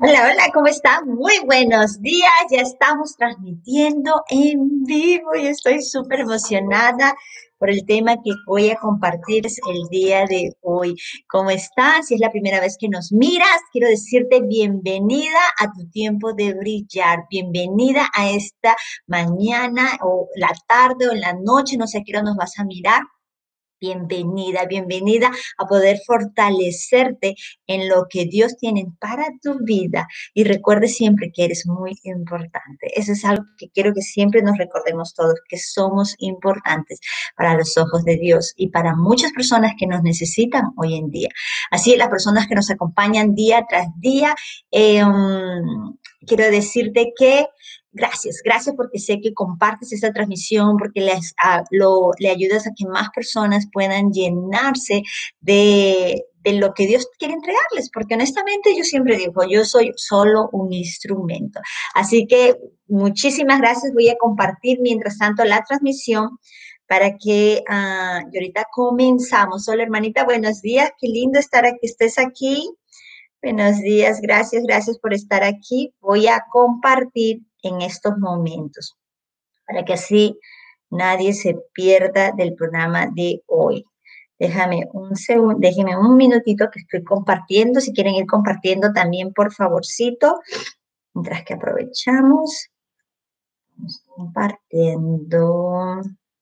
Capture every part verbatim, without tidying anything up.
Hola, hola, ¿cómo están? Muy buenos días. Ya estamos transmitiendo en vivo y estoy súper emocionada por el tema que voy a compartir el día de hoy. ¿Cómo estás? Si es la primera vez que nos miras, quiero decirte bienvenida a tu tiempo de brillar. Bienvenida a esta mañana o la tarde o en la noche, no sé a qué hora nos vas a mirar. Bienvenida, bienvenida a poder fortalecerte en lo que Dios tiene para tu vida. Y recuerde siempre que eres muy importante. Eso es algo que quiero que siempre nos recordemos todos, que somos importantes para los ojos de Dios y para muchas personas que nos necesitan hoy en día. Así, las personas que nos acompañan día tras día, eh, um, quiero decirte que gracias, gracias porque sé que compartes esta transmisión, porque les, a, lo, le ayudas a que más personas puedan llenarse de, de lo que Dios quiere entregarles, porque honestamente yo siempre digo, yo soy solo un instrumento. Así que muchísimas gracias, voy a compartir mientras tanto la transmisión para que uh, y ahorita comenzamos. Hola hermanita, buenos días, qué lindo estar aquí, que estés aquí. Buenos días, gracias, gracias por estar aquí. Voy a compartir en estos momentos para que así nadie se pierda del programa de hoy. Déjame un segundo, déjenme un minutito que estoy compartiendo. Si quieren ir compartiendo también, por favorcito, mientras que aprovechamos. Vamos compartiendo.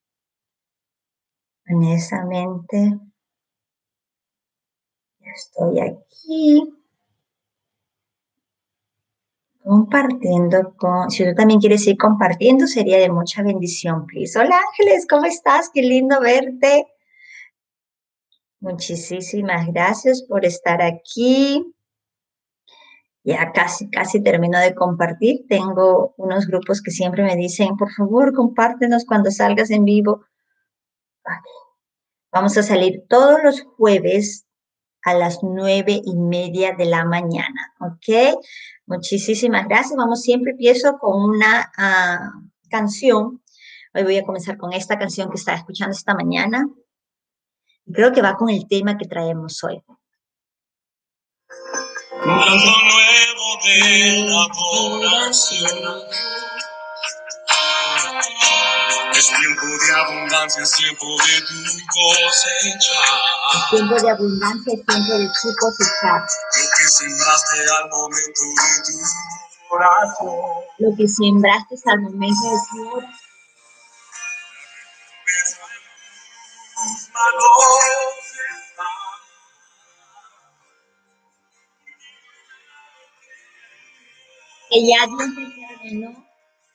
Honestamente, ya estoy aquí. Compartiendo con, si tú también quieres ir compartiendo, sería de mucha bendición, please. Hola Ángeles, ¿cómo estás? Qué lindo verte. Muchísimas gracias por estar aquí. Ya casi, casi termino de compartir. Tengo unos grupos que siempre me dicen, por favor, compártenos cuando salgas en vivo. Vamos a salir todos los jueves a las nueve y media de la mañana, ¿ok? Muchísimas gracias. Vamos, siempre empiezo con una uh, canción. Hoy voy a comenzar con esta canción que estaba escuchando esta mañana. Creo que va con el tema que traemos hoy. Mundo nuevo de adoración. Es tiempo de abundancia, es tiempo de tu cosecha. Es tiempo de abundancia, es tiempo de tu cosechar. Lo que sembraste al momento de tu oración. Lo que sembraste al momento de tu oración. Que ya Dios te ordenó.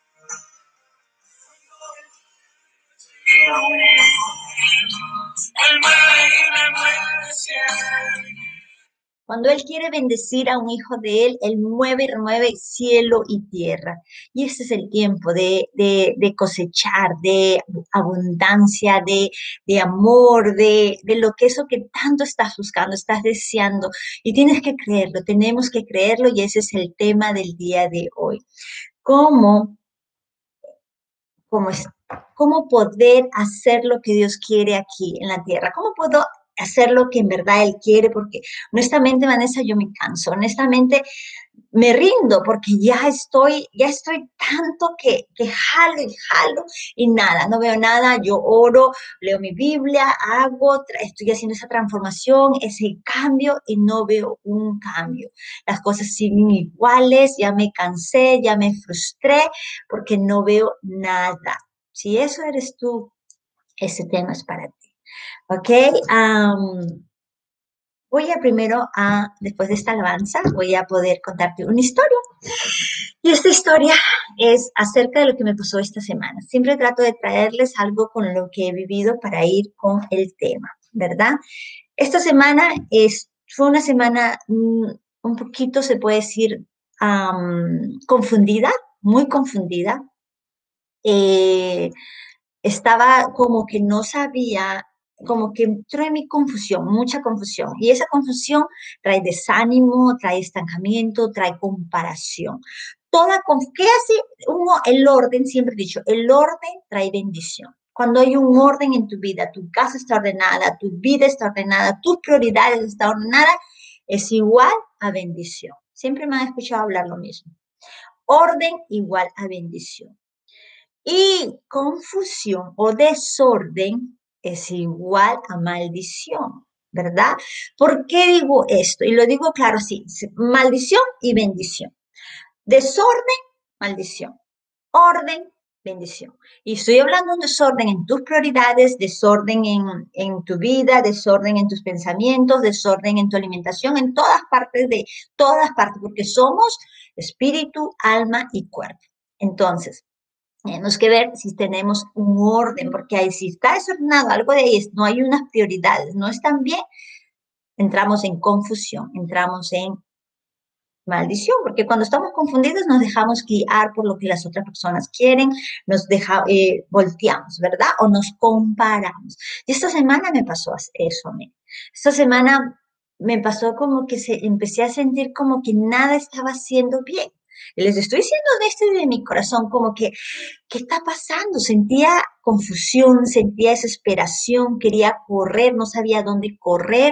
Cuando Él quiere bendecir a un hijo de Él, Él mueve y remueve cielo y tierra. Y ese es el tiempo de, de, de cosechar, de abundancia, de, de amor, de, de lo que eso que tanto estás buscando, estás deseando. Y tienes que creerlo, tenemos que creerlo y ese es el tema del día de hoy. ¿Cómo, cómo, es, cómo poder hacer lo que Dios quiere aquí en la tierra? ¿Cómo puedo hacer lo que en verdad Él quiere? Porque honestamente, Vanessa, yo me canso. Honestamente, me rindo porque ya estoy, ya estoy tanto que, que jalo y jalo y nada, no veo nada. Yo oro, leo mi Biblia, hago, estoy haciendo esa transformación, ese cambio y no veo un cambio. Las cosas siguen iguales, ya me cansé, ya me frustré porque no veo nada. Si eso eres tú, ese tema es para ti. ¿Ok? Um, voy a primero a, después de esta alabanza, voy a poder contarte una historia. Y esta historia es acerca de lo que me pasó esta semana. Siempre trato de traerles algo con lo que he vivido para ir con el tema, ¿verdad? Esta semana es, fue una semana um, un poquito, se puede decir, um, confundida, muy confundida. Eh, estaba como que no sabía, como que entró en mi confusión, mucha confusión. Y esa confusión trae desánimo, trae estancamiento, trae comparación. Toda, ¿qué hace uno? El orden, siempre he dicho, el orden trae bendición. Cuando hay un orden en tu vida, tu casa está ordenada, tu vida está ordenada, tus prioridades están ordenadas, es igual a bendición. Siempre me han escuchado hablar lo mismo. Orden igual a bendición. Y confusión o desorden es igual a maldición, ¿verdad? ¿Por qué digo esto? Y lo digo claro así, maldición y bendición. Desorden, maldición. Orden, bendición. Y estoy hablando de un desorden en tus prioridades, desorden en, en tu vida, desorden en tus pensamientos, desorden en tu alimentación, en todas partes de, todas partes, porque somos espíritu, alma y cuerpo. Entonces, tenemos que ver si tenemos un orden, porque ahí si está desordenado algo de ahí, no hay unas prioridades, no están bien, entramos en confusión, entramos en maldición, porque cuando estamos confundidos nos dejamos guiar por lo que las otras personas quieren, nos deja, eh, volteamos, ¿verdad? O nos comparamos. Y esta semana me pasó eso a mí. Esta semana me pasó como que se, empecé a sentir como que nada estaba haciendo bien. Y les estoy diciendo de este de mi corazón, como que, ¿qué está pasando? Sentía confusión, sentía desesperación, quería correr, no sabía dónde correr,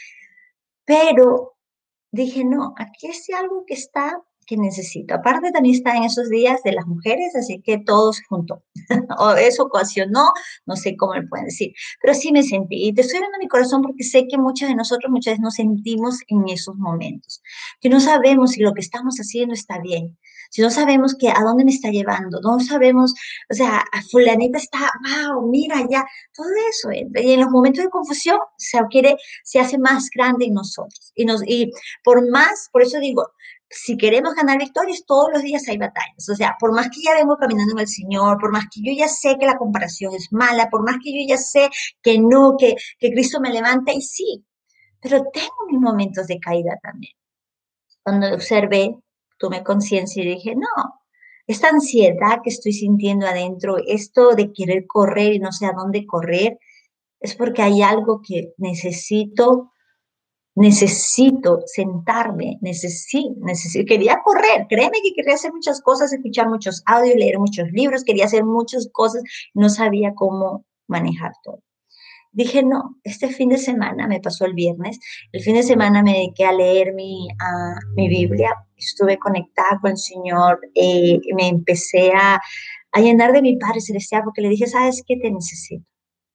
pero dije, no, aquí es algo que está, que necesito. Aparte también está en esos días de las mujeres, así que todos juntos. O eso ocasionó, no sé cómo le pueden decir, pero sí me sentí. Y te estoy dando mi corazón porque sé que muchos de nosotros muchas veces nos sentimos en esos momentos, que no sabemos si lo que estamos haciendo está bien. Si no sabemos que a dónde me está llevando, no sabemos, o sea, a fulanita está, wow, mira ya, todo eso. ¿Eh? Y en los momentos de confusión se quiere, se hace más grande en nosotros. Y, nos, y por más, por eso digo, si queremos ganar victorias, todos los días hay batallas. O sea, por más que ya vengo caminando en el Señor, por más que yo ya sé que la comparación es mala, por más que yo ya sé que no, que, que Cristo me levanta, y sí, pero tengo mis momentos de caída también. Cuando observé, tomé conciencia y dije, no, esta ansiedad que estoy sintiendo adentro, esto de querer correr y no sé a dónde correr, es porque hay algo que necesito. Necesito sentarme, necesito, necesito, quería correr, créeme que quería hacer muchas cosas, escuchar muchos audios, leer muchos libros, quería hacer muchas cosas, no sabía cómo manejar todo. Dije, no, este fin de semana, me pasó el viernes, el fin de semana me dediqué a leer mi, a, mi Biblia, estuve conectada con el Señor, eh, me empecé a, a llenar de mi Padre Celestial porque le dije, ¿sabes qué? Te necesito,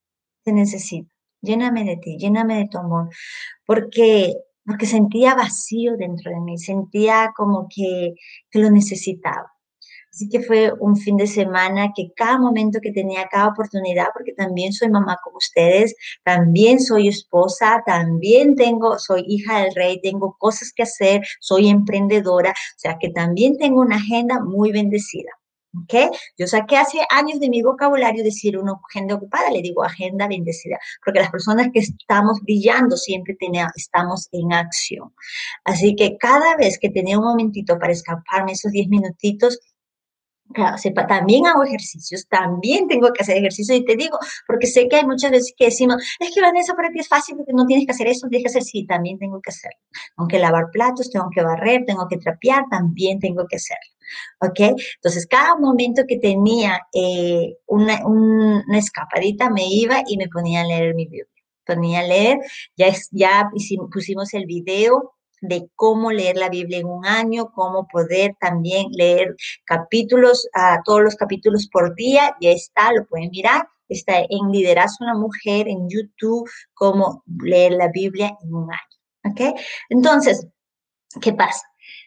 te necesito, lléname de ti, lléname de tu amor porque, porque sentía vacío dentro de mí, sentía como que, que lo necesitaba. Así que fue un fin de semana que cada momento que tenía, cada oportunidad, porque también soy mamá como ustedes, también soy esposa, también tengo, soy hija del rey, tengo cosas que hacer, soy emprendedora, o sea que también tengo una agenda muy bendecida. ¿Ok? Yo saqué hace años de mi vocabulario decir una agenda ocupada, le digo agenda bendecida, porque las personas que estamos brillando siempre tenía, estamos en acción. Así que cada vez que tenía un momentito para escaparme esos diez minutitos, claro, sepa, también hago ejercicios, también tengo que hacer ejercicio y te digo, porque sé que hay muchas veces que decimos, es que Vanessa, para ti es fácil porque no tienes que hacer eso, tienes que hacer, sí, también tengo que hacerlo. Tengo que lavar platos, tengo que barrer, tengo que trapear, también tengo que hacerlo. ¿Ok? Entonces, cada momento que tenía eh, una, un- una escapadita, me iba y me ponía a leer mi Biblia. Ponía a leer, ya, es, ya hicimos- pusimos el video de cómo leer la Biblia en un año, cómo poder también leer capítulos, a todos los capítulos por día, ya está, lo pueden mirar, está en Liderazgo una Mujer en YouTube, cómo leer la Biblia en un año, ¿ok? Entonces, ¿qué pasa?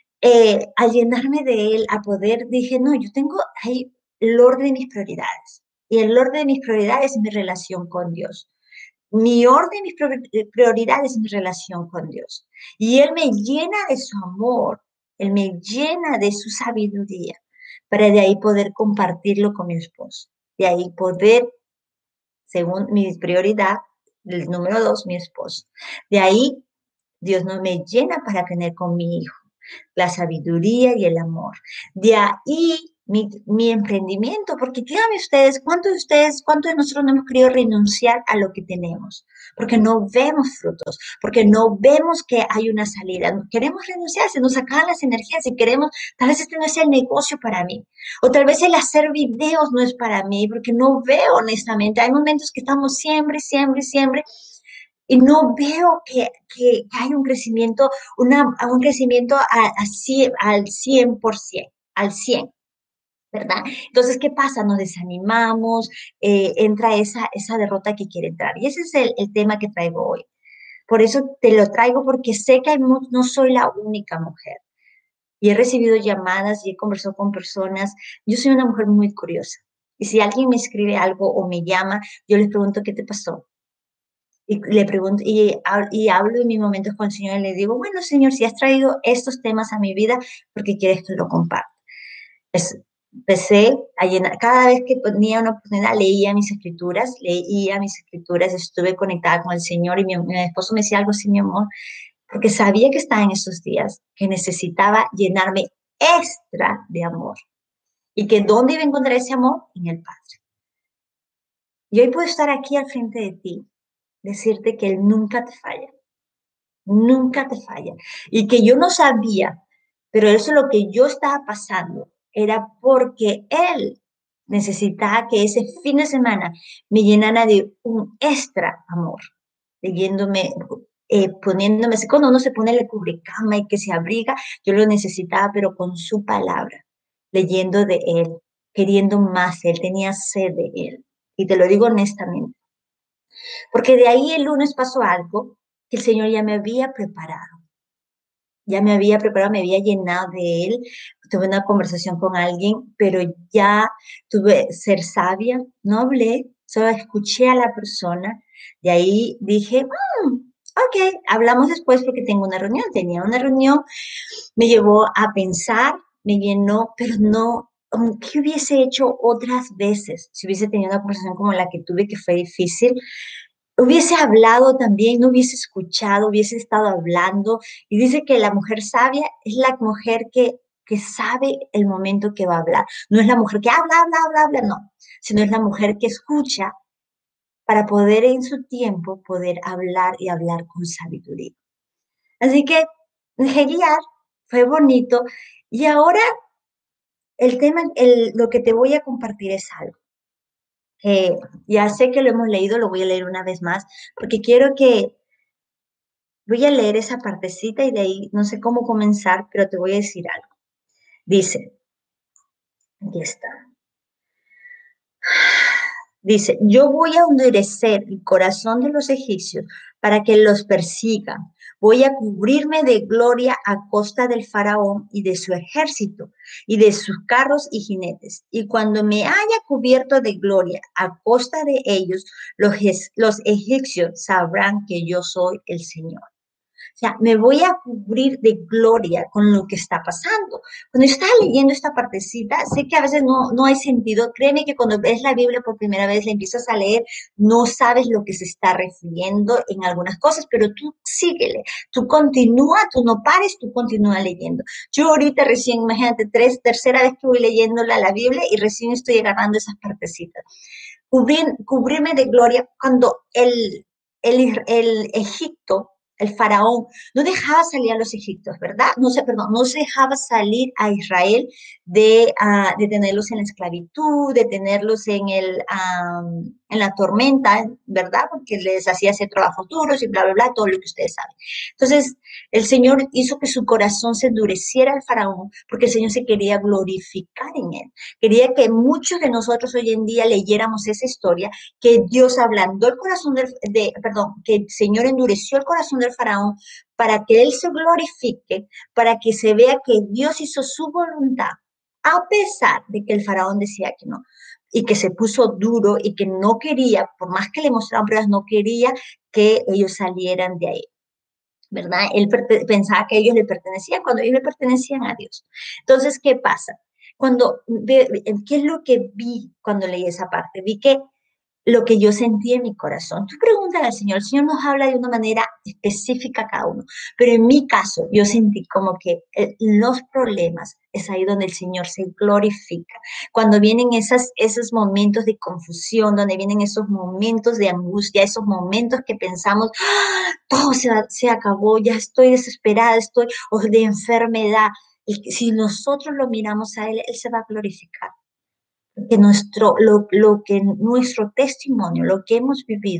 Eh, al llenarme de él, a poder, dije, no, yo tengo ahí el orden de mis prioridades, y el orden de mis prioridades es mi relación con Dios. Mi orden, mis prioridades es mi relación con Dios. Y Él me llena de su amor, Él me llena de su sabiduría, para de ahí poder compartirlo con mi esposo. De ahí poder, según mi prioridad, el número dos, mi esposo. De ahí Dios no me llena para tener con mi hijo la sabiduría y el amor. De ahí mi, mi emprendimiento, porque díganme ustedes, ¿cuántos de ustedes, cuántos de nosotros no hemos querido renunciar a lo que tenemos? Porque no vemos frutos, porque no vemos que hay una salida. Queremos renunciar, se nos acaban las energías y queremos, tal vez este no es el negocio para mí, o tal vez el hacer videos no es para mí, porque no veo honestamente. Hay momentos que estamos siempre, siempre, siempre y no veo que, que, que hay un crecimiento, una, un crecimiento a, a cien, al cien por ciento, al cien. ¿Verdad? Entonces, ¿qué pasa? Nos desanimamos, eh, entra esa, esa derrota que quiere entrar. Y ese es el, el tema que traigo hoy. Por eso te lo traigo porque sé que hay mu- no soy la única mujer. Y he recibido llamadas y he conversado con personas. Yo soy una mujer muy curiosa. Y si alguien me escribe algo o me llama, yo les pregunto, ¿qué te pasó? Y le pregunto, y, ha- y hablo en mis momentos con el Señor y le digo, bueno, Señor, si has traído estos temas a mi vida, porque quieres que lo comparta. Es- Empecé a llenar, cada vez que tenía una oportunidad, leía mis escrituras, leía mis escrituras, estuve conectada con el Señor y mi, mi esposo me decía algo así, mi amor, porque sabía que estaba en esos días, que necesitaba llenarme extra de amor y que ¿dónde iba a encontrar ese amor? En el Padre. Y hoy puedo estar aquí al frente de ti, decirte que Él nunca te falla, nunca te falla. Y que yo no sabía, pero eso es lo que yo estaba pasando, era porque Él necesitaba que ese fin de semana me llenara de un extra amor, leyéndome, eh, poniéndome, así, cuando uno se pone el cubrecama y que se abriga, yo lo necesitaba, pero con su palabra, leyendo de Él, queriendo más de Él, tenía sed de Él. Y te lo digo honestamente, porque de ahí el lunes pasó algo que el Señor ya me había preparado, ya me había preparado, me había llenado de Él, tuve una conversación con alguien, pero ya tuve ser sabia, no hablé, solo escuché a la persona, de ahí dije, "Mm, ok, hablamos después porque tengo una reunión, tenía una reunión, me llevó a pensar, me llenó, pero no, um, ¿qué hubiese hecho otras veces si hubiese tenido una conversación como la que tuve, que fue difícil? Hubiese hablado también, no hubiese escuchado, hubiese estado hablando. Y dice que la mujer sabia es la mujer que, que sabe el momento que va a hablar. No es la mujer que habla, habla, habla, habla, no, sino es la mujer que escucha para poder en su tiempo poder hablar y hablar con sabiduría. Así que dejé guiar, fue bonito. Y ahora el tema, el, lo que te voy a compartir es algo que ya sé que lo hemos leído, lo voy a leer una vez más, porque quiero que voy a leer esa partecita y de ahí no sé cómo comenzar, pero te voy a decir algo. Dice, aquí está. Dice, yo voy a endurecer el corazón de los egipcios para que los persigan. Voy a cubrirme de gloria a costa del faraón y de su ejército y de sus carros y jinetes. Y cuando me haya cubierto de gloria a costa de ellos, los, los egipcios sabrán que yo soy el Señor. O sea, me voy a cubrir de gloria con lo que está pasando. Cuando yo estaba leyendo esta partecita, sé que a veces no, no hay sentido. Créeme que cuando ves la Biblia por primera vez, la empiezas a leer, no sabes lo que se está refiriendo en algunas cosas, pero tú síguele, tú continúa, tú no pares, tú continúa leyendo. Yo ahorita recién, imagínate, tres, tercera vez que voy leyendo la, la Biblia y recién estoy agarrando esas partecitas. Cubrir, cubrirme de gloria cuando el, el, el Egipto, el faraón, no dejaba salir a los egipcios, ¿verdad? No sé, perdón, no se dejaba salir a Israel de, uh, de tenerlos en la esclavitud, de tenerlos en, el, um, en la tormenta, ¿verdad? Porque les hacía hacer trabajos duros y bla, bla, bla, todo lo que ustedes saben. Entonces, el Señor hizo que su corazón se endureciera al faraón porque el Señor se quería glorificar en él. Quería que muchos de nosotros hoy en día leyéramos esa historia, que Dios ablandó el corazón del, de, perdón, que el Señor endureció el corazón del faraón para que él se glorifique, para que se vea que Dios hizo su voluntad, a pesar de que el faraón decía que no, y que se puso duro y que no quería, por más que le mostraban pruebas, no quería que ellos salieran de ahí. ¿Verdad? Él pensaba que ellos le pertenecían cuando ellos le pertenecían a Dios. Entonces, ¿qué pasa? Cuando, ¿qué es lo que vi cuando leí esa parte? Vi que lo que yo sentí en mi corazón. Tú pregúntale al Señor, el Señor nos habla de una manera específica a cada uno, pero en mi caso yo sentí como que eh, los problemas es ahí donde el Señor se glorifica. Cuando vienen esas, esos momentos de confusión, donde vienen esos momentos de angustia, esos momentos que pensamos, ¡ah! Todo se, se acabó, ya estoy desesperada, estoy, o de enfermedad. Y si nosotros lo miramos a Él, Él se va a glorificar que nuestro, lo, lo que nuestro testimonio, lo que hemos vivido,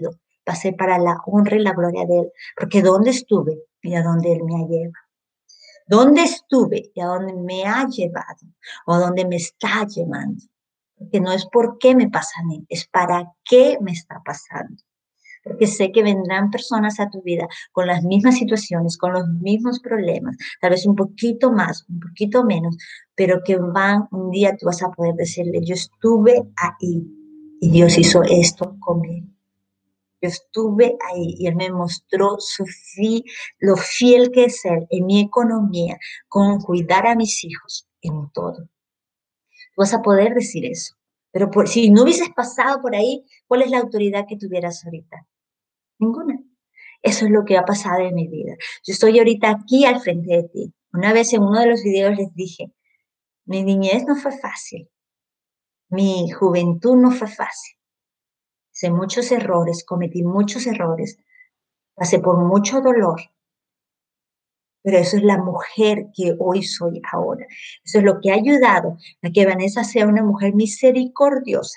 va a ser para la honra y la gloria de Él. Porque ¿dónde estuve y a dónde Él me ha llevado? ¿Dónde estuve y a dónde me ha llevado? ¿O a dónde me está llevando? Porque no es por qué me pasa a mí, es para qué me está pasando. Porque sé que vendrán personas a tu vida con las mismas situaciones, con los mismos problemas, tal vez un poquito más, un poquito menos, pero que van, un día tú vas a poder decirle, yo estuve ahí y Dios hizo esto conmigo. Yo estuve ahí y Él me mostró su fi, lo fiel que es Él en mi economía, con cuidar a mis hijos, en todo. Tú vas a poder decir eso. Pero por, si no hubieses pasado por ahí, ¿cuál es la autoridad que tuvieras ahorita? Ninguna. Eso es lo que ha pasado en mi vida. Yo estoy ahorita aquí al frente de ti. Una vez en uno de los videos les dije, mi niñez no fue fácil, mi juventud no fue fácil. Hice muchos errores, cometí muchos errores, pasé por mucho dolor, pero eso es la mujer que hoy soy ahora. Eso es lo que ha ayudado a que Vanessa sea una mujer misericordiosa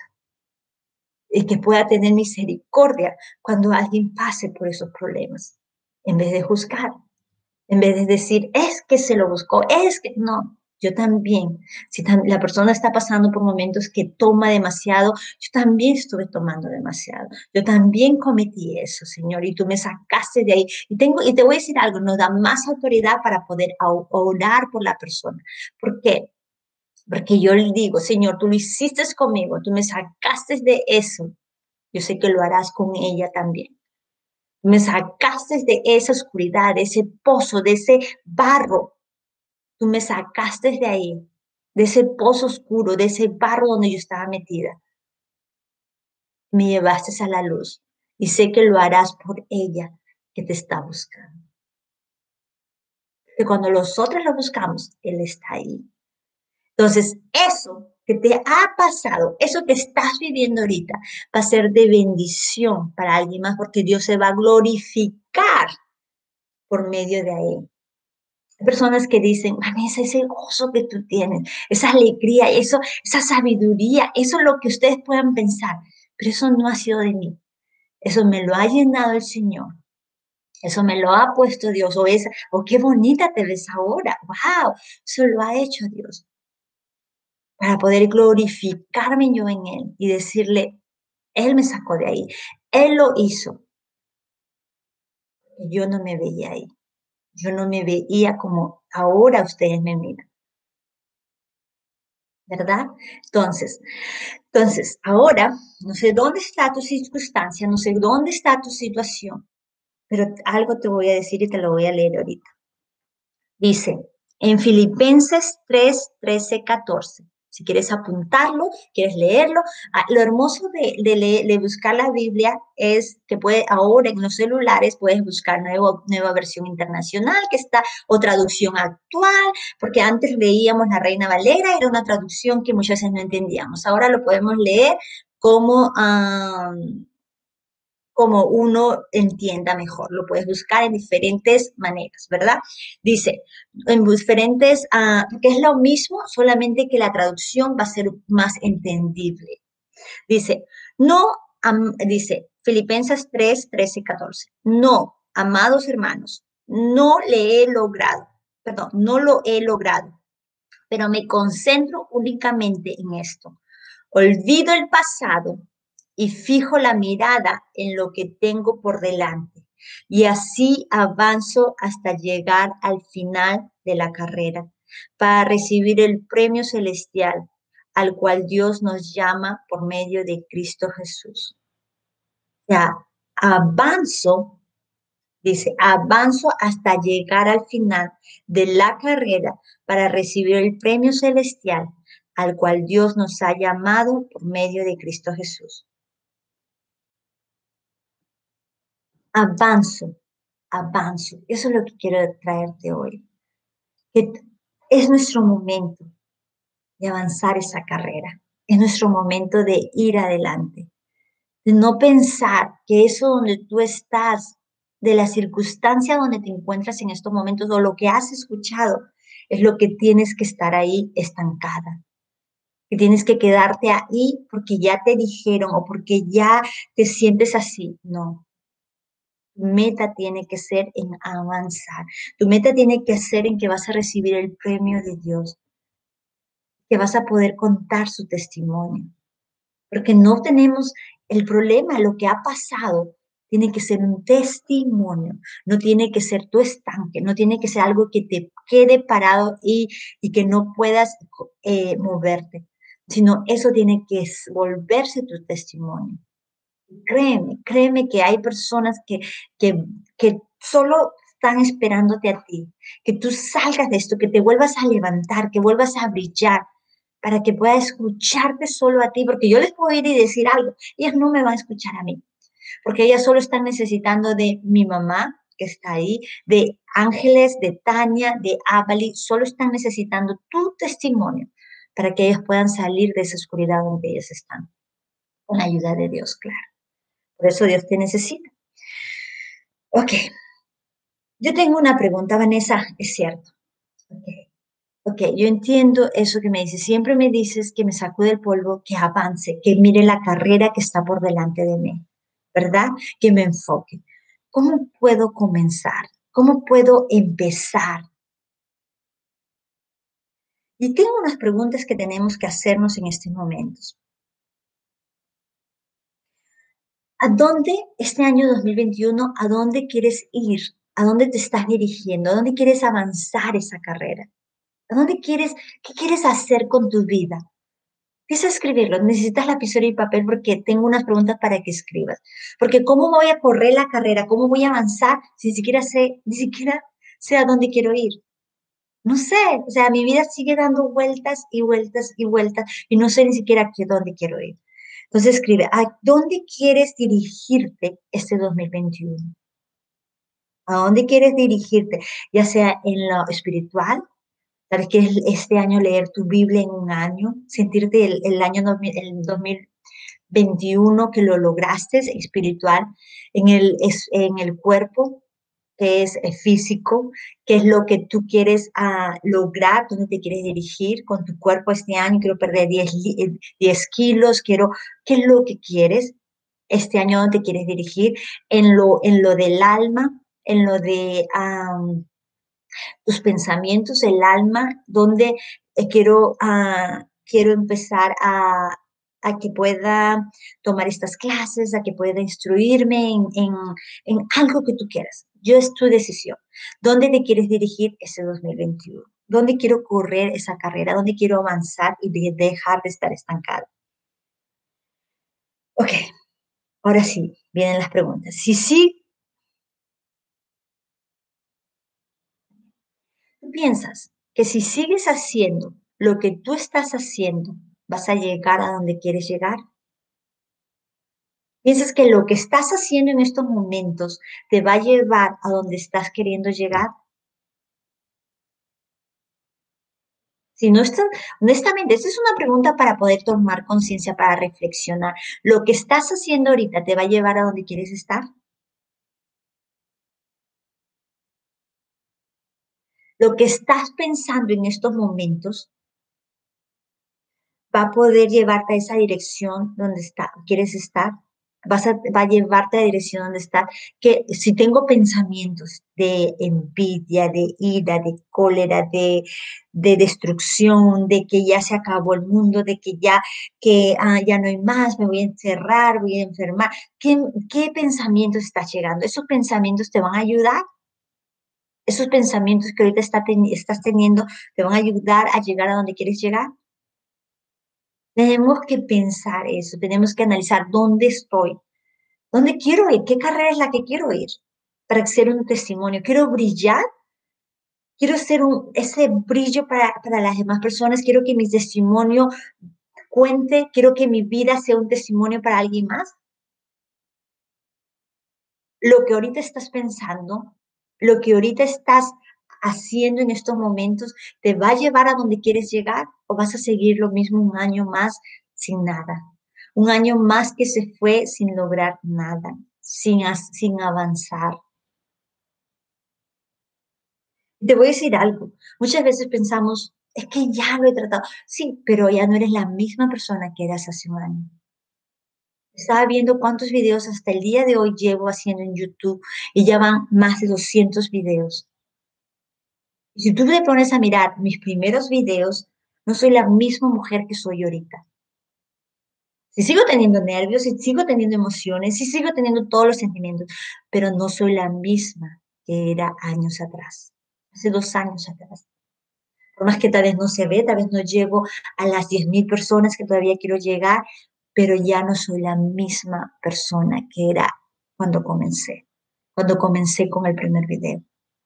y que pueda tener misericordia cuando alguien pase por esos problemas, en vez de juzgar. En vez de decir, es que se lo buscó, es que no, yo también. Si tam la persona está pasando por momentos que toma demasiado, yo también estuve tomando demasiado. Yo también cometí eso, Señor, y tú me sacaste de ahí. Y, tengo, y te voy a decir algo, nos da más autoridad para poder orar por la persona. ¿Por qué? Porque yo le digo, Señor, tú lo hiciste conmigo, tú me sacaste de eso. Yo sé que lo harás con ella también. Me sacaste de esa oscuridad, de ese pozo, de ese barro. Tú me sacaste de ahí, de ese pozo oscuro, de ese barro donde yo estaba metida. Me llevaste a la luz y sé que lo harás por ella que te está buscando. Que cuando nosotros lo buscamos, Él está ahí. Entonces, eso que te ha pasado, eso que estás viviendo ahorita, va a ser de bendición para alguien más porque Dios se va a glorificar por medio de ahí. Hay personas que dicen, Vanessa, ese gozo que tú tienes, esa alegría, eso, esa sabiduría, eso es lo que ustedes puedan pensar, pero eso no ha sido de mí. Eso me lo ha llenado el Señor. Eso me lo ha puesto Dios. O esa, o qué bonita te ves ahora. Wow, eso lo ha hecho Dios. Para poder glorificarme yo en Él y decirle, Él me sacó de ahí. Él lo hizo. Y yo no me veía ahí. Yo no me veía como ahora ustedes me miran. ¿Verdad? Entonces, entonces, ahora, no sé dónde está tu circunstancia, no sé dónde está tu situación, pero algo te voy a decir y te lo voy a leer ahorita. Dice, en Filipenses tres, trece, catorce. Si quieres apuntarlo, quieres leerlo. Ah, lo hermoso de, de, leer, de buscar la Biblia es que puede, ahora en los celulares puedes buscar nuevo, nueva versión internacional que está, o traducción actual, porque antes leíamos la Reina Valera, era una traducción que muchas veces no entendíamos. Ahora lo podemos leer como... Um, como uno entienda mejor. Lo puedes buscar en diferentes maneras, ¿verdad? Dice, en diferentes, uh, porque es lo mismo, solamente que la traducción va a ser más entendible. Dice, no, um, dice, Filipenses tres, trece, catorce. No, amados hermanos, no le he logrado, perdón, no lo he logrado, pero me concentro únicamente en esto. Olvido el pasado y fijo la mirada en lo que tengo por delante. Y así avanzo hasta llegar al final de la carrera para recibir el premio celestial al cual Dios nos llama por medio de Cristo Jesús. O sea, avanzo, dice, avanzo hasta llegar al final de la carrera para recibir el premio celestial al cual Dios nos ha llamado por medio de Cristo Jesús. Avanzo, avanzo. Eso es lo que quiero traerte hoy. Que es nuestro momento de avanzar esa carrera. Es nuestro momento de ir adelante. De no pensar que eso donde tú estás, de la circunstancia donde te encuentras en estos momentos o lo que has escuchado, es lo que tienes que estar ahí estancada. Que tienes que quedarte ahí porque ya te dijeron o porque ya te sientes así. No. Tu meta tiene que ser en avanzar. Tu meta tiene que ser en que vas a recibir el premio de Dios, que vas a poder contar su testimonio. Porque no tenemos el problema, lo que ha pasado tiene que ser un testimonio, no tiene que ser tu estanque, no tiene que ser algo que te quede parado y, y que no puedas eh, moverte, sino eso tiene que volverse tu testimonio. Créeme, créeme que hay personas que, que, que solo están esperándote a ti, que tú salgas de esto, que te vuelvas a levantar, que vuelvas a brillar, para que pueda escucharte solo a ti, porque yo les puedo ir y decir algo, ellas no me van a escuchar a mí, porque ellas solo están necesitando de mi mamá, que está ahí, de Ángeles, de Tania, de Abali, solo están necesitando tu testimonio para que ellas puedan salir de esa oscuridad donde ellas están, con la ayuda de Dios, claro. Por eso Dios te necesita. Ok, yo tengo una pregunta, Vanessa, es cierto. Ok, ok, yo entiendo eso que me dices. Siempre me dices que me sacude el polvo, que avance, que mire la carrera que está por delante de mí, ¿verdad? Que me enfoque. ¿Cómo puedo comenzar? ¿Cómo puedo empezar? Y tengo unas preguntas que tenemos que hacernos en estos momentos. ¿A dónde este año dos mil veintiuno, a dónde quieres ir? ¿A dónde te estás dirigiendo? ¿A dónde quieres avanzar esa carrera? ¿A dónde quieres, qué quieres hacer con tu vida? Empieza a escribirlo. Necesitas lapicero y papel porque tengo unas preguntas para que escribas. Porque ¿cómo voy a correr la carrera? ¿Cómo voy a avanzar si ni siquiera sé, ni siquiera sé a dónde quiero ir? No sé, o sea, mi vida sigue dando vueltas y vueltas y vueltas y no sé ni siquiera a dónde quiero ir. Entonces escribe, ¿a dónde quieres dirigirte este dos mil veintiuno? ¿A dónde quieres dirigirte? Ya sea en lo espiritual. ¿Sabes que este año leer tu Biblia en un año? Sentirte el, el año dos mil, el dos mil veintiuno que lo lograste espiritual, en el, es, en el cuerpo, que es eh, físico, qué es lo que tú quieres uh, lograr, dónde te quieres dirigir con tu cuerpo este año, quiero perder diez, diez kilos, quiero, ¿qué es lo que quieres este año, dónde te quieres dirigir? En lo, en lo del alma, en lo de... Um, tus pensamientos, el alma, donde eh, quiero, uh, quiero empezar a, a que pueda tomar estas clases, a que pueda instruirme en, en, en algo que tú quieras. Yo es tu decisión. ¿Dónde te quieres dirigir ese dos mil veintiuno? ¿Dónde quiero correr esa carrera? ¿Dónde quiero avanzar y de dejar de estar estancado? Ok, ahora sí, vienen las preguntas. Si sí, tú piensas que si sigues haciendo lo que tú estás haciendo, vas a llegar a donde quieres llegar. Piensas que lo que estás haciendo en estos momentos te va a llevar a donde estás queriendo llegar. Si no estás, honestamente, esta es una pregunta para poder tomar conciencia, para reflexionar. ¿Lo que estás haciendo ahorita te va a llevar a donde quieres estar? Lo que estás pensando en estos momentos va a poder llevarte a esa dirección donde está, quieres estar. Vas a, va a llevarte a la dirección donde está. Que si tengo pensamientos de envidia, de ira, de cólera, de, de destrucción, de que ya se acabó el mundo, de que ya, que, ah, ya no hay más, me voy a encerrar, voy a enfermar. ¿Qué, qué pensamientos estás llegando? Esos pensamientos te van a ayudar. Esos pensamientos que ahorita está ten, estás teniendo te van a ayudar a llegar a donde quieres llegar. Tenemos que pensar eso, tenemos que analizar dónde estoy, dónde quiero ir, qué carrera es la que quiero ir para ser un testimonio. Quiero brillar, quiero ser un, ese brillo para, para las demás personas, quiero que mi testimonio cuente, quiero que mi vida sea un testimonio para alguien más. Lo que ahorita estás pensando, lo que ahorita estás haciendo en estos momentos, ¿te va a llevar a donde quieres llegar o vas a seguir lo mismo un año más sin nada? Un año más que se fue sin lograr nada, sin, sin avanzar. Te voy a decir algo. Muchas veces pensamos, es que ya lo he tratado. Sí, pero ya no eres la misma persona que eras hace un año. Estaba viendo cuántos videos hasta el día de hoy llevo haciendo en YouTube y ya van más de doscientos videos. Y si tú te pones a mirar mis primeros videos, no soy la misma mujer que soy ahorita. Si sigo teniendo nervios, si sigo teniendo emociones, si sigo teniendo todos los sentimientos, pero no soy la misma que era años atrás, hace dos años atrás. Por más que tal vez no se ve, tal vez no llego a las diez mil personas que todavía quiero llegar, pero ya no soy la misma persona que era cuando comencé, cuando comencé con el primer video.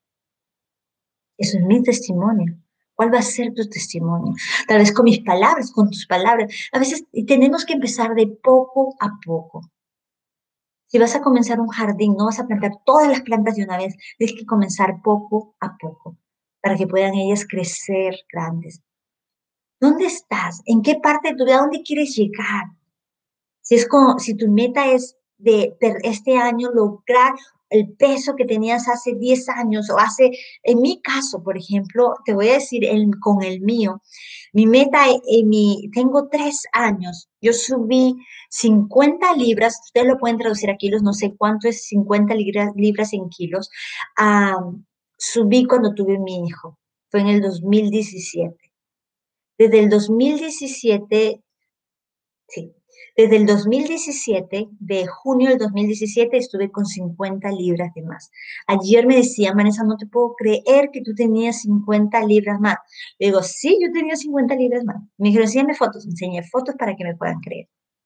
Eso es mi testimonio. ¿Cuál va a ser tu testimonio? Tal vez con mis palabras, con tus palabras. A veces tenemos que empezar de poco a poco. Si vas a comenzar un jardín, no vas a plantar todas las plantas de una vez, tienes que comenzar poco a poco para que puedan ellas crecer grandes. ¿Dónde estás? ¿En qué parte de tu vida? ¿A dónde quieres llegar? Si es como, si tu meta es de, de este año lograr el peso que tenías hace diez años o hace, en mi caso, por ejemplo, te voy a decir el, con el mío, mi meta, en mi, tengo tres años, yo subí cincuenta libras, ustedes lo pueden traducir a kilos, no sé cuánto es cincuenta libras, libras en kilos, ah, subí cuando tuve mi hijo, fue en el dos mil diecisiete. Desde el dos mil diecisiete, sí, desde el dos mil diecisiete, de junio del dos mil diecisiete, estuve con cincuenta libras de más. Ayer me decía, Vanessa, no te puedo creer que tú tenías cincuenta libras más. Le digo, sí, yo tenía cincuenta libras más. Me dijeron, enséñame fotos. Enseñé fotos para que me puedan creer.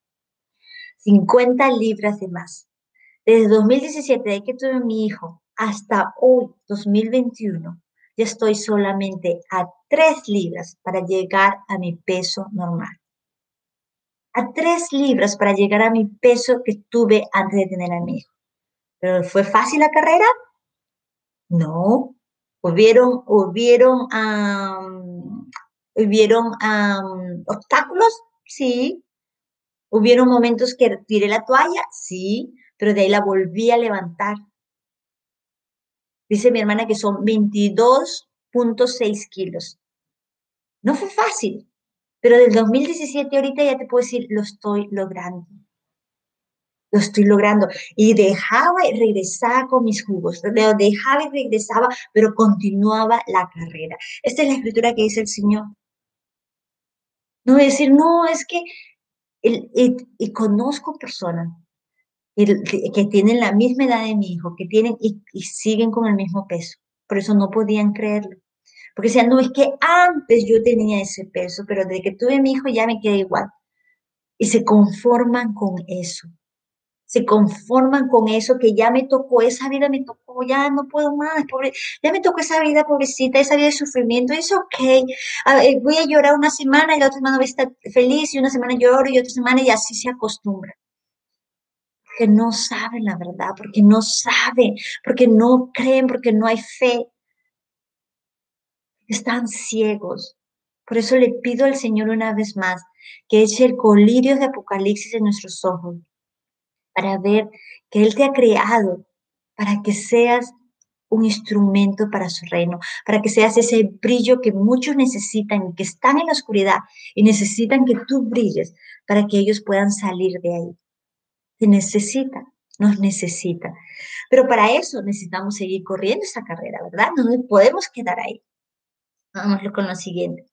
cincuenta libras de más. Desde dos mil diecisiete, de que tuve mi hijo, hasta hoy, dos mil veintiuno, ya estoy solamente a tres libras para llegar a mi peso normal. A tres libras para llegar a mi peso que tuve antes de tener a mi hijo. ¿Pero fue fácil la carrera? No. ¿Hubieron, hubieron, am, hubieron am, obstáculos? Sí. ¿Hubieron momentos que tiré la toalla? Sí. Pero de ahí la volví a levantar. Dice mi hermana que son veintidós punto seis kilos. No fue fácil, pero del dos mil diecisiete ahorita ya te puedo decir, lo estoy logrando. Lo estoy logrando. Y dejaba y regresaba con mis jugos, lo dejaba y regresaba, pero continuaba la carrera. Esta es la escritura que dice el Señor. No voy a decir, no, es que, el, y, y conozco personas que, que tienen la misma edad de mi hijo, que tienen y, y siguen con el mismo peso. Por eso no podían creerlo. Porque decían, no, es que antes yo tenía ese peso, pero desde que tuve mi hijo ya me quedé igual. Y se conforman con eso. Se conforman con eso que ya me tocó, esa vida me tocó, ya no puedo más, pobre, ya me tocó esa vida pobrecita, esa vida de sufrimiento, es ok, a ver, voy a llorar una semana y la otra semana voy a estar feliz y una semana lloro y otra semana y así se acostumbra. Porque no saben la verdad, porque no saben, porque no creen, porque no hay fe, están ciegos. Por eso le pido al Señor una vez más que eche el colirio de Apocalipsis en nuestros ojos para ver que Él te ha creado, para que seas un instrumento para su reino, para que seas ese brillo que muchos necesitan, que están en la oscuridad y necesitan que tú brilles para que ellos puedan salir de ahí. Te necesita, nos necesita. Pero para eso necesitamos seguir corriendo esa carrera, ¿verdad? No nos podemos quedar ahí. Vamos con lo siguiente.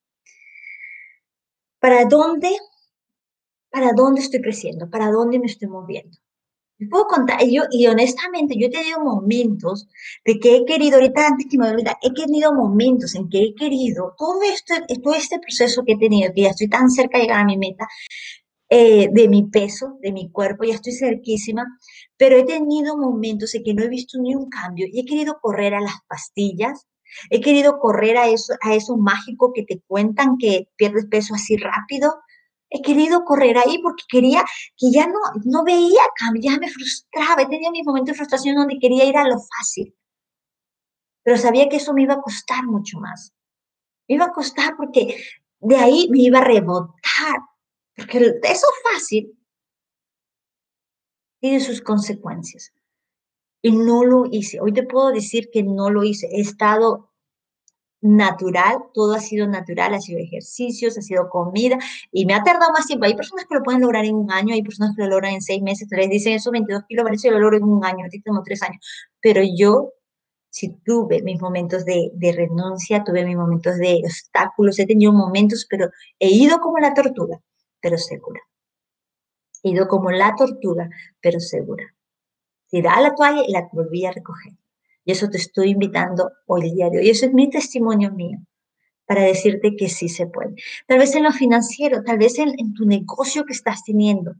¿Para dónde, para dónde estoy creciendo? ¿Para dónde me estoy moviendo? Te puedo contar, y yo, y honestamente, yo he tenido momentos de que he querido, ahorita antes que me olvida, he tenido momentos en que he querido, todo esto, todo este proceso que he tenido, que ya estoy tan cerca de llegar a mi meta, eh, de mi peso, de mi cuerpo, ya estoy cerquísima, pero he tenido momentos en que no he visto ni un cambio y he querido correr a las pastillas, he querido correr a eso, a eso mágico que te cuentan que pierdes peso así rápido. He querido correr ahí porque quería que ya no, no veía cambio, ya me frustraba. He tenido mis momentos de frustración donde quería ir a lo fácil, pero sabía que eso me iba a costar mucho más. Me iba a costar porque de ahí me iba a rebotar, porque eso fácil tiene sus consecuencias. Y no lo hice. Hoy te puedo decir que no lo hice. He estado natural, todo ha sido natural, ha sido ejercicios, ha sido comida, y me ha tardado más tiempo. Hay personas que lo pueden lograr en un año, hay personas que lo logran en seis meses, les dicen esos veintidós kilos, parece que lo logro en un año, a ti tengo tres años, pero yo sí tuve mis momentos de, de renuncia, tuve mis momentos de obstáculos, he tenido momentos, pero he ido como la tortuga, pero segura. He ido como la tortuga, pero segura. Tiraba la toalla y la volví a recoger. Y eso te estoy invitando hoy, el día de hoy. Eso es mi testimonio mío para decirte que sí se puede. Tal vez en lo financiero, tal vez en, en tu negocio que estás teniendo.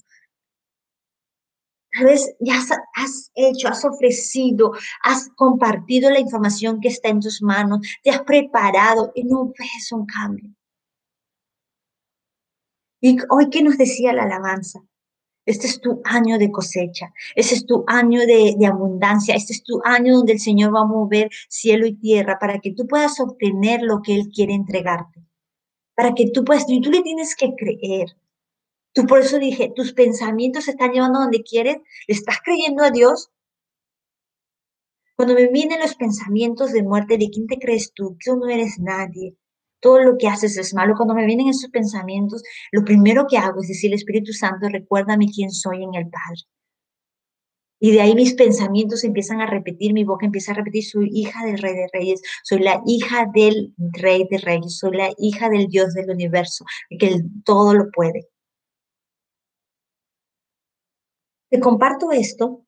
Tal vez ya has, has hecho, has ofrecido, has compartido la información que está en tus manos, te has preparado y no ves un cambio. Y hoy, ¿qué nos decía la alabanza? Este es tu año de cosecha, este es tu año de, de abundancia, este es tu año donde el Señor va a mover cielo y tierra para que tú puedas obtener lo que Él quiere entregarte, para que tú puedas, y tú le tienes que creer. Tú por eso dije, tus pensamientos se están llevando a donde quieres, le estás creyendo a Dios. Cuando me vienen los pensamientos de muerte, ¿de quién te crees tú? Que tú no eres nadie. Todo lo que haces es malo. Cuando me vienen esos pensamientos, lo primero que hago es decir, Espíritu Santo, recuérdame quién soy en el Padre. Y de ahí mis pensamientos empiezan a repetir, mi boca empieza a repetir, soy hija del Rey de Reyes, soy la hija del Rey de Reyes, soy la hija del Dios del universo, que él todo lo puede. Te comparto esto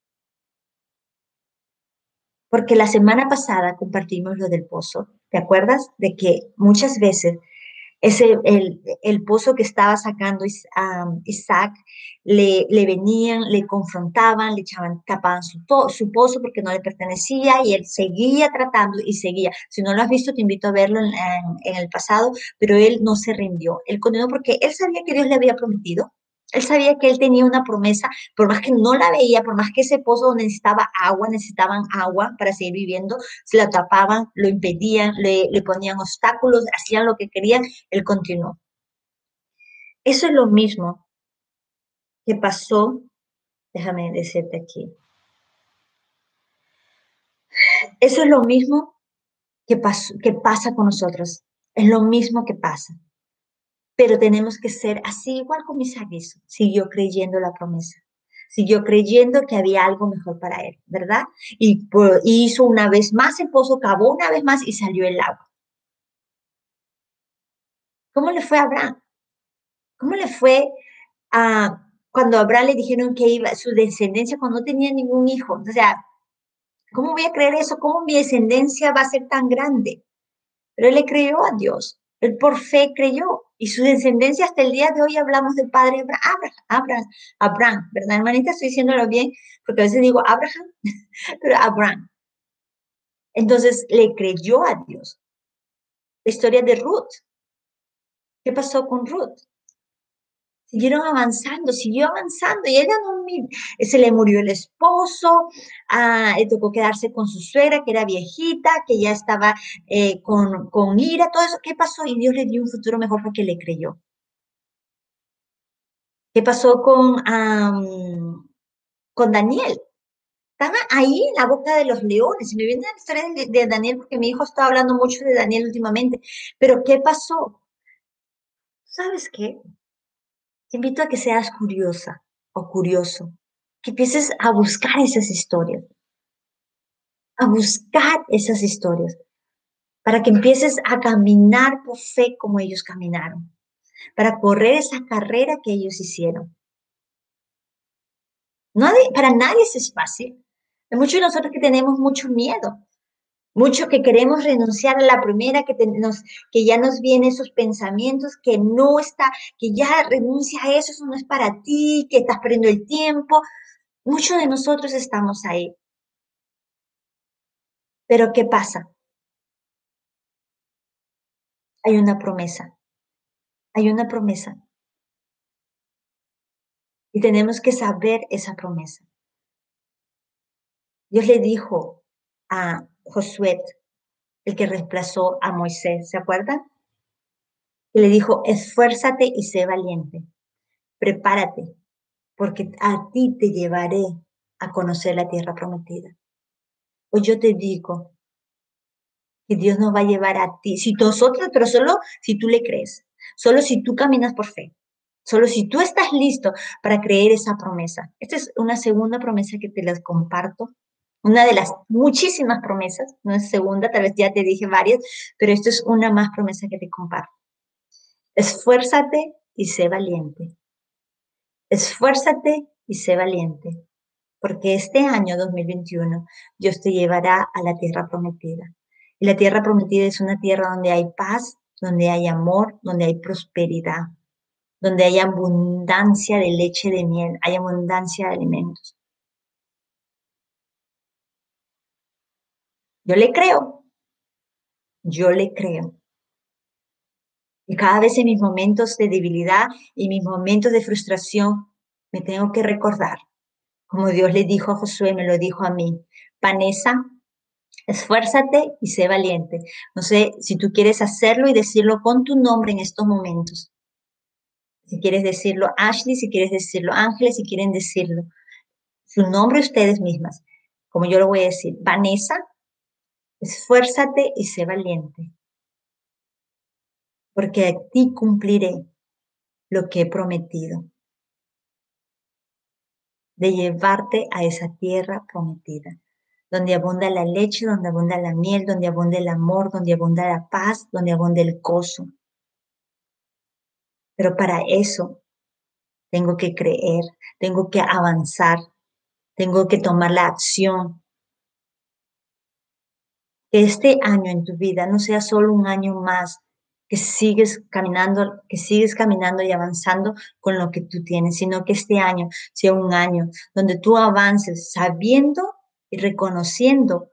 porque la semana pasada compartimos lo del pozo. ¿Te acuerdas de que muchas veces ese, el, el pozo que estaba sacando Is- um, Isaac, le, le venían, le confrontaban, le echaban, tapaban su, to- su pozo porque no le pertenecía y él seguía tratando y seguía. Si no lo has visto, te invito a verlo en, en- en el pasado, pero él no se rindió. Él continuó porque él sabía que Dios le había prometido. Él sabía que él tenía una promesa, por más que no la veía, por más que ese pozo necesitaba agua, necesitaban agua para seguir viviendo, se la tapaban, lo impedían, le, le ponían obstáculos, hacían lo que querían, él continuó. Eso es lo mismo que pasó, déjame decirte aquí, eso es lo mismo que, pasó, que pasa con nosotros, es lo mismo que pasa, pero tenemos que ser así igual como Isaac hizo, siguió creyendo la promesa, siguió creyendo que había algo mejor para él, ¿verdad? Y, por, y hizo una vez más el pozo, cavó una vez más y salió el agua. ¿Cómo le fue a Abraham? ¿Cómo le fue a cuando a Abraham le dijeron que iba su descendencia cuando no tenía ningún hijo? O sea, ¿cómo voy a creer eso? ¿Cómo mi descendencia va a ser tan grande? Pero él le creyó a Dios. Él por fe creyó. Y su descendencia hasta el día de hoy hablamos del padre Abraham, Abraham, Abraham, ¿verdad, hermanita? Estoy diciéndolo bien, porque a veces digo Abraham, pero Abraham. Entonces le creyó a Dios. La historia de Ruth. ¿Qué pasó con Ruth? Siguieron avanzando, siguió avanzando y ella no, se le murió el esposo, ah, le tocó quedarse con su suegra que era viejita, que ya estaba eh, con, con ira, todo eso. ¿Qué pasó? Y Dios le dio un futuro mejor porque le creyó. ¿Qué pasó con, um, con Daniel? Estaba ahí en la boca de los leones. Y me viene la historia de, de Daniel porque mi hijo estaba hablando mucho de Daniel últimamente. Pero ¿qué pasó? ¿Sabes qué? Te invito a que seas curiosa o curioso, que empieces a buscar esas historias, a buscar esas historias, para que empieces a caminar por fe como ellos caminaron, para correr esa carrera que ellos hicieron. Nadie, para nadie es fácil. Hay muchos de nosotros que tenemos mucho miedo, mucho que queremos renunciar a la primera, que, te, nos, que ya nos vienen esos pensamientos, que no está, que ya renuncia a eso, eso no es para ti, que estás perdiendo el tiempo. Muchos de nosotros estamos ahí. Pero ¿qué pasa? Hay una promesa, hay una promesa y tenemos que saber esa promesa. Dios le dijo a Josué, el que reemplazó a Moisés, ¿se acuerdan? Y le dijo, esfuérzate y sé valiente, prepárate, porque a ti te llevaré a conocer la tierra prometida. Pues yo te digo que Dios nos va a llevar a ti. Si nosotros, pero solo si tú le crees, solo si tú caminas por fe, solo si tú estás listo para creer esa promesa. Esta es una segunda promesa que te las comparto. Una de las muchísimas promesas, no es segunda, tal vez ya te dije varias, pero esto es una más promesa que te comparto. Esfuérzate y sé valiente. Esfuérzate y sé valiente, porque este año dos mil veintiuno Dios te llevará a la tierra prometida. Y la tierra prometida es una tierra donde hay paz, donde hay amor, donde hay prosperidad, donde hay abundancia de leche de miel, hay abundancia de alimentos. Yo le creo, yo le creo. Y cada vez en mis momentos de debilidad y mis momentos de frustración, me tengo que recordar, como Dios le dijo a Josué, me lo dijo a mí, Vanessa, esfuérzate y sé valiente. No sé si tú quieres hacerlo y decirlo con tu nombre en estos momentos. Si quieres decirlo Ashley, si quieres decirlo Ángeles, si quieren decirlo su nombre ustedes mismas. Como yo lo voy a decir, Vanessa, esfuérzate y sé valiente, porque a ti cumpliré lo que he prometido, de llevarte a esa tierra prometida, donde abunda la leche, donde abunda la miel, donde abunda el amor, donde abunda la paz, donde abunda el gozo. Pero para eso tengo que creer, tengo que avanzar, tengo que tomar la acción. Que este año en tu vida no sea solo un año más, que sigues caminando, que sigues caminando y avanzando con lo que tú tienes, sino que este año sea un año donde tú avances sabiendo y reconociendo,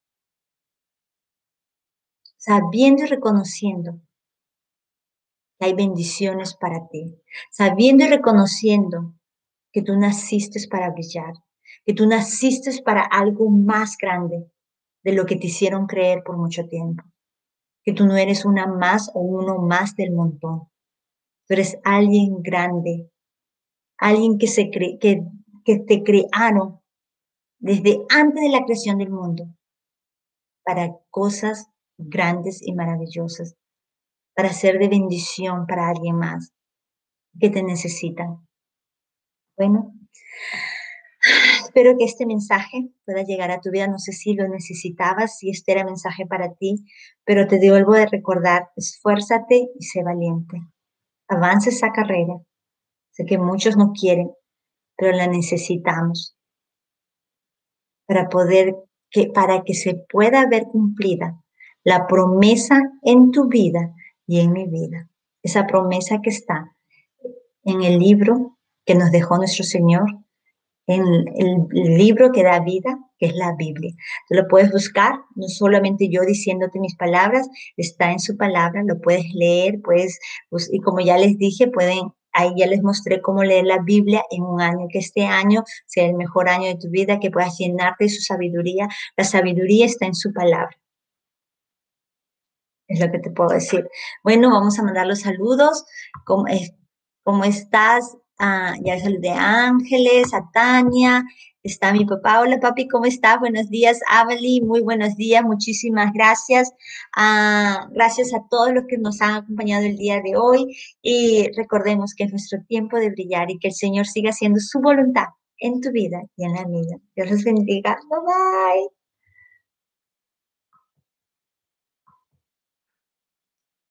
sabiendo y reconociendo que hay bendiciones para ti, sabiendo y reconociendo que tú naciste para brillar, que tú naciste para algo más grande de lo que te hicieron creer por mucho tiempo, que tú no eres una más o uno más del montón, tú eres alguien grande, alguien que, se cre que, que te crearon desde antes de la creación del mundo para cosas grandes y maravillosas, para ser de bendición para alguien más que te necesitan. Bueno, espero que este mensaje pueda llegar a tu vida. No sé si lo necesitabas, si este era mensaje para ti, pero te vuelvo a recordar, esfuérzate y sé valiente. Avanza esa carrera. Sé que muchos no quieren, pero la necesitamos para poder, que, para que se pueda ver cumplida la promesa en tu vida y en mi vida. Esa promesa que está en el libro que nos dejó nuestro Señor, en el, el libro que da vida, que es la Biblia. Tú lo puedes buscar, no solamente yo diciéndote mis palabras, está en su palabra, lo puedes leer, puedes, pues, y como ya les dije, pueden, ahí ya les mostré cómo leer la Biblia en un año, que este año sea el mejor año de tu vida, que puedas llenarte de su sabiduría. La sabiduría está en su palabra. Es lo que te puedo decir. Bueno, vamos a mandar los saludos. ¿Cómo, es, cómo estás? Ah, ya saludé a Ángeles, a Tania. Está mi papá. Hola, papi, ¿cómo estás? Buenos días, Avali. Muy buenos días. Muchísimas gracias. Ah, gracias a todos los que nos han acompañado el día de hoy. Y recordemos que es nuestro tiempo de brillar y que el Señor siga haciendo su voluntad en tu vida y en la mía. Dios los bendiga. Bye bye.